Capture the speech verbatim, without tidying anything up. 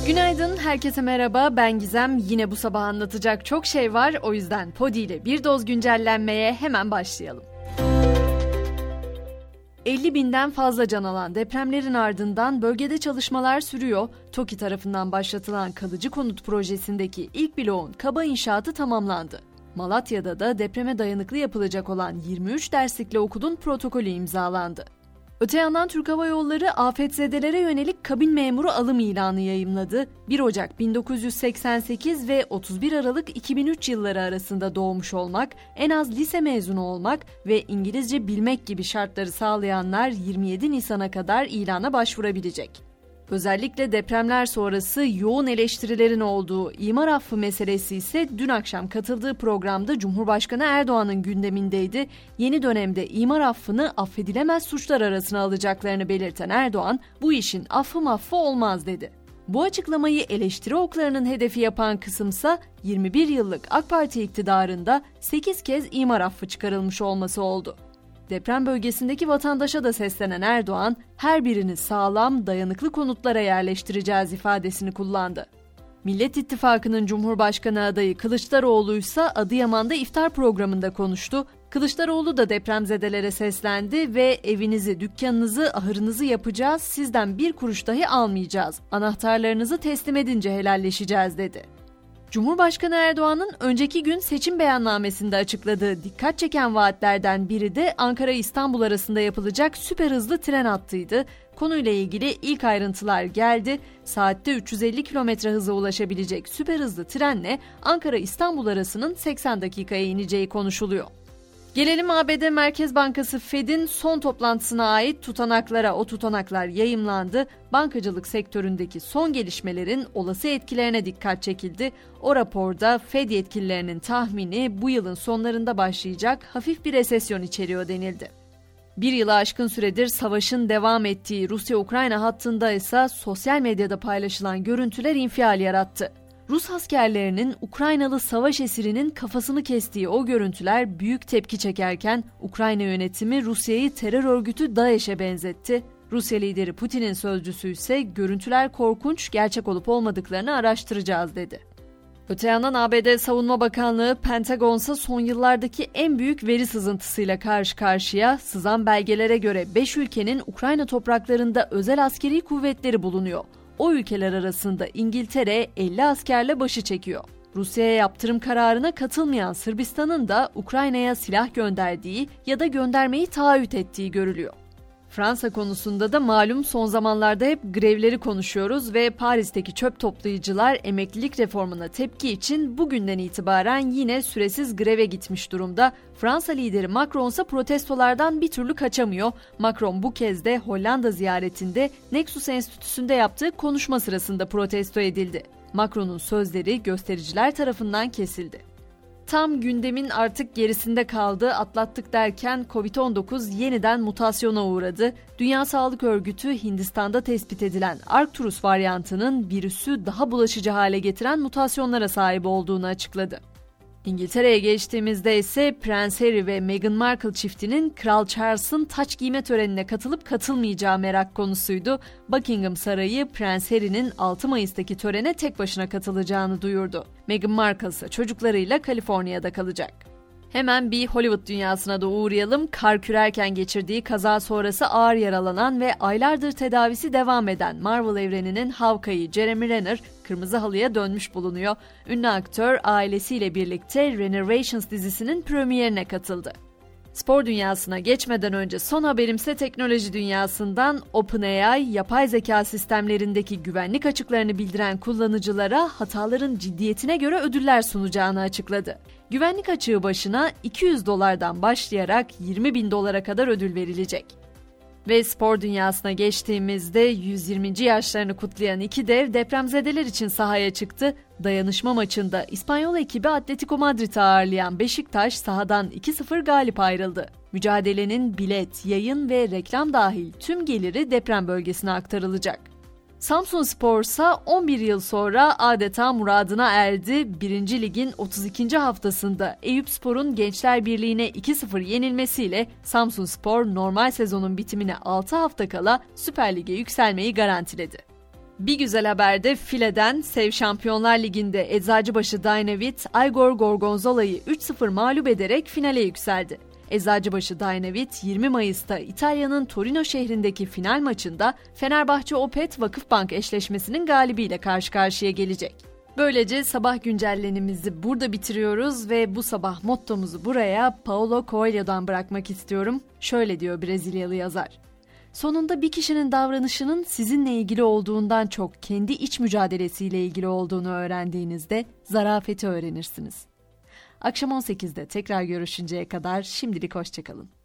Günaydın, herkese merhaba. Ben Gizem. Yine bu sabah anlatacak çok şey var. O yüzden Podi ile bir doz güncellenmeye hemen başlayalım. elli binden fazla can alan depremlerin ardından bölgede çalışmalar sürüyor. TOKİ tarafından başlatılan kalıcı konut projesindeki ilk bloğun kaba inşaatı tamamlandı. Malatya'da da depreme dayanıklı yapılacak olan yirmi üç derslikli okulun protokolü imzalandı. Öte yandan Türk Hava Yolları afetzedelere yönelik kabin memuru alım ilanı yayımladı. bir Ocak bin dokuz yüz seksen sekiz ve otuz bir Aralık iki bin üç yılları arasında doğmuş olmak, en az lise mezunu olmak ve İngilizce bilmek gibi şartları sağlayanlar yirmi yedi Nisan'a kadar ilana başvurabilecek. Özellikle depremler sonrası yoğun eleştirilerin olduğu imar affı meselesi ise dün akşam katıldığı programda Cumhurbaşkanı Erdoğan'ın gündemindeydi. Yeni dönemde imar affını affedilemez suçlar arasına alacaklarını belirten Erdoğan, bu işin affı maffı olmaz dedi. Bu açıklamayı eleştiri oklarının hedefi yapan kısımsa yirmi bir yıllık AK Parti iktidarında sekiz kez imar affı çıkarılmış olması oldu. Deprem bölgesindeki vatandaşa da seslenen Erdoğan, her birini sağlam, dayanıklı konutlara yerleştireceğiz ifadesini kullandı. Millet İttifakı'nın Cumhurbaşkanı adayı Kılıçdaroğlu ise Adıyaman'da iftar programında konuştu. Kılıçdaroğlu da depremzedelere seslendi ve evinizi, dükkanınızı, ahırınızı yapacağız, sizden bir kuruş dahi almayacağız, anahtarlarınızı teslim edince helalleşeceğiz dedi. Cumhurbaşkanı Erdoğan'ın önceki gün seçim beyannamesinde açıkladığı dikkat çeken vaatlerden biri de Ankara-İstanbul arasında yapılacak süper hızlı tren hattıydı. Konuyla ilgili ilk ayrıntılar geldi. Saatte üç yüz elli kilometre hıza ulaşabilecek süper hızlı trenle Ankara-İstanbul arasının seksen dakikaya ineceği konuşuluyor. Gelelim A B D Merkez Bankası Fed'in son toplantısına ait tutanaklara. O tutanaklar yayımlandı. Bankacılık sektöründeki son gelişmelerin olası etkilerine dikkat çekildi. O raporda Fed yetkililerinin tahmini bu yılın sonlarında başlayacak hafif bir resesyon içeriyor denildi. Bir yılı aşkın süredir savaşın devam ettiği Rusya-Ukrayna hattında ise sosyal medyada paylaşılan görüntüler infial yarattı. Rus askerlerinin Ukraynalı savaş esirinin kafasını kestiği o görüntüler büyük tepki çekerken Ukrayna yönetimi Rusya'yı terör örgütü DAEŞ'e benzetti. Rusya lideri Putin'in sözcüsü ise görüntüler korkunç, gerçek olup olmadıklarını araştıracağız dedi. Öte yandan A B D Savunma Bakanlığı Pentagon'sa son yıllardaki en büyük veri sızıntısıyla karşı karşıya. Sızan belgelere göre beş ülkenin Ukrayna topraklarında özel askeri kuvvetleri bulunuyor. O ülkeler arasında İngiltere elli askerle başı çekiyor. Rusya'ya yaptırım kararına katılmayan Sırbistan'ın da Ukrayna'ya silah gönderdiği ya da göndermeyi taahhüt ettiği görülüyor. Fransa konusunda da malum son zamanlarda hep grevleri konuşuyoruz ve Paris'teki çöp toplayıcılar emeklilik reformuna tepki için bugünden itibaren yine süresiz greve gitmiş durumda. Fransa lideri Macron ise protestolardan bir türlü kaçamıyor. Macron bu kez de Hollanda ziyaretinde Nexus Enstitüsü'nde yaptığı konuşma sırasında protesto edildi. Macron'un sözleri göstericiler tarafından kesildi. Tam gündemin artık gerisinde kaldı, atlattık derken kovid on dokuz yeniden mutasyona uğradı. Dünya Sağlık Örgütü Hindistan'da tespit edilen Arcturus varyantının virüsü daha bulaşıcı hale getiren mutasyonlara sahip olduğunu açıkladı. İngiltere'ye geçtiğimizde ise Prens Harry ve Meghan Markle çiftinin Kral Charles'ın taç giyme törenine katılıp katılmayacağı merak konusuydu. Buckingham Sarayı Prens Harry'nin altı Mayıs'taki törene tek başına katılacağını duyurdu. Meghan Markle ise çocuklarıyla Kaliforniya'da kalacak. Hemen bir Hollywood dünyasına da uğrayalım. Kar kürerken geçirdiği kaza sonrası ağır yaralanan ve aylardır tedavisi devam eden Marvel evreninin Hawkeye'yi Jeremy Renner kırmızı halıya dönmüş bulunuyor. Ünlü aktör ailesiyle birlikte Renovations dizisinin premierine katıldı. Spor dünyasına geçmeden önce son haberimse teknoloji dünyasından. OpenAI, yapay zeka sistemlerindeki güvenlik açıklarını bildiren kullanıcılara hataların ciddiyetine göre ödüller sunacağını açıkladı. Güvenlik açığı başına iki yüz dolardan başlayarak yirmi bin dolara kadar ödül verilecek. Ve spor dünyasına geçtiğimizde yüz yirminci yaşlarını kutlayan iki dev depremzedeler için sahaya çıktı. Dayanışma maçında İspanyol ekibi Atletico Madrid'i ağırlayan Beşiktaş sahadan iki sıfır galip ayrıldı. Mücadelenin bilet, yayın ve reklam dahil tüm geliri deprem bölgesine aktarılacak. Samsunspor ise on bir yıl sonra adeta muradına erdi. birinci Lig'in otuz ikinci haftasında Eyüpspor'un Gençler Birliği'ne iki sıfır yenilmesiyle Samsunspor normal sezonun bitimine altı hafta kala Süper Lig'e yükselmeyi garantiledi. Bir güzel haber de fileden. Sev Şampiyonlar Ligi'nde Eczacıbaşı Dynavit, Igor Gorgonzola'yı üç sıfır mağlup ederek finale yükseldi. Eczacıbaşı Dynavit yirmi Mayıs'ta İtalya'nın Torino şehrindeki final maçında Fenerbahçe Opet Vakıfbank eşleşmesinin galibiyle karşı karşıya gelecek. Böylece sabah güncellenimizi burada bitiriyoruz ve bu sabah mottomuzu buraya Paulo Coelho'dan bırakmak istiyorum. Şöyle diyor Brezilyalı yazar: sonunda bir kişinin davranışının sizinle ilgili olduğundan çok kendi iç mücadelesiyle ilgili olduğunu öğrendiğinizde zarafeti öğrenirsiniz. Akşam on sekizde tekrar görüşünceye kadar şimdilik hoşça kalın.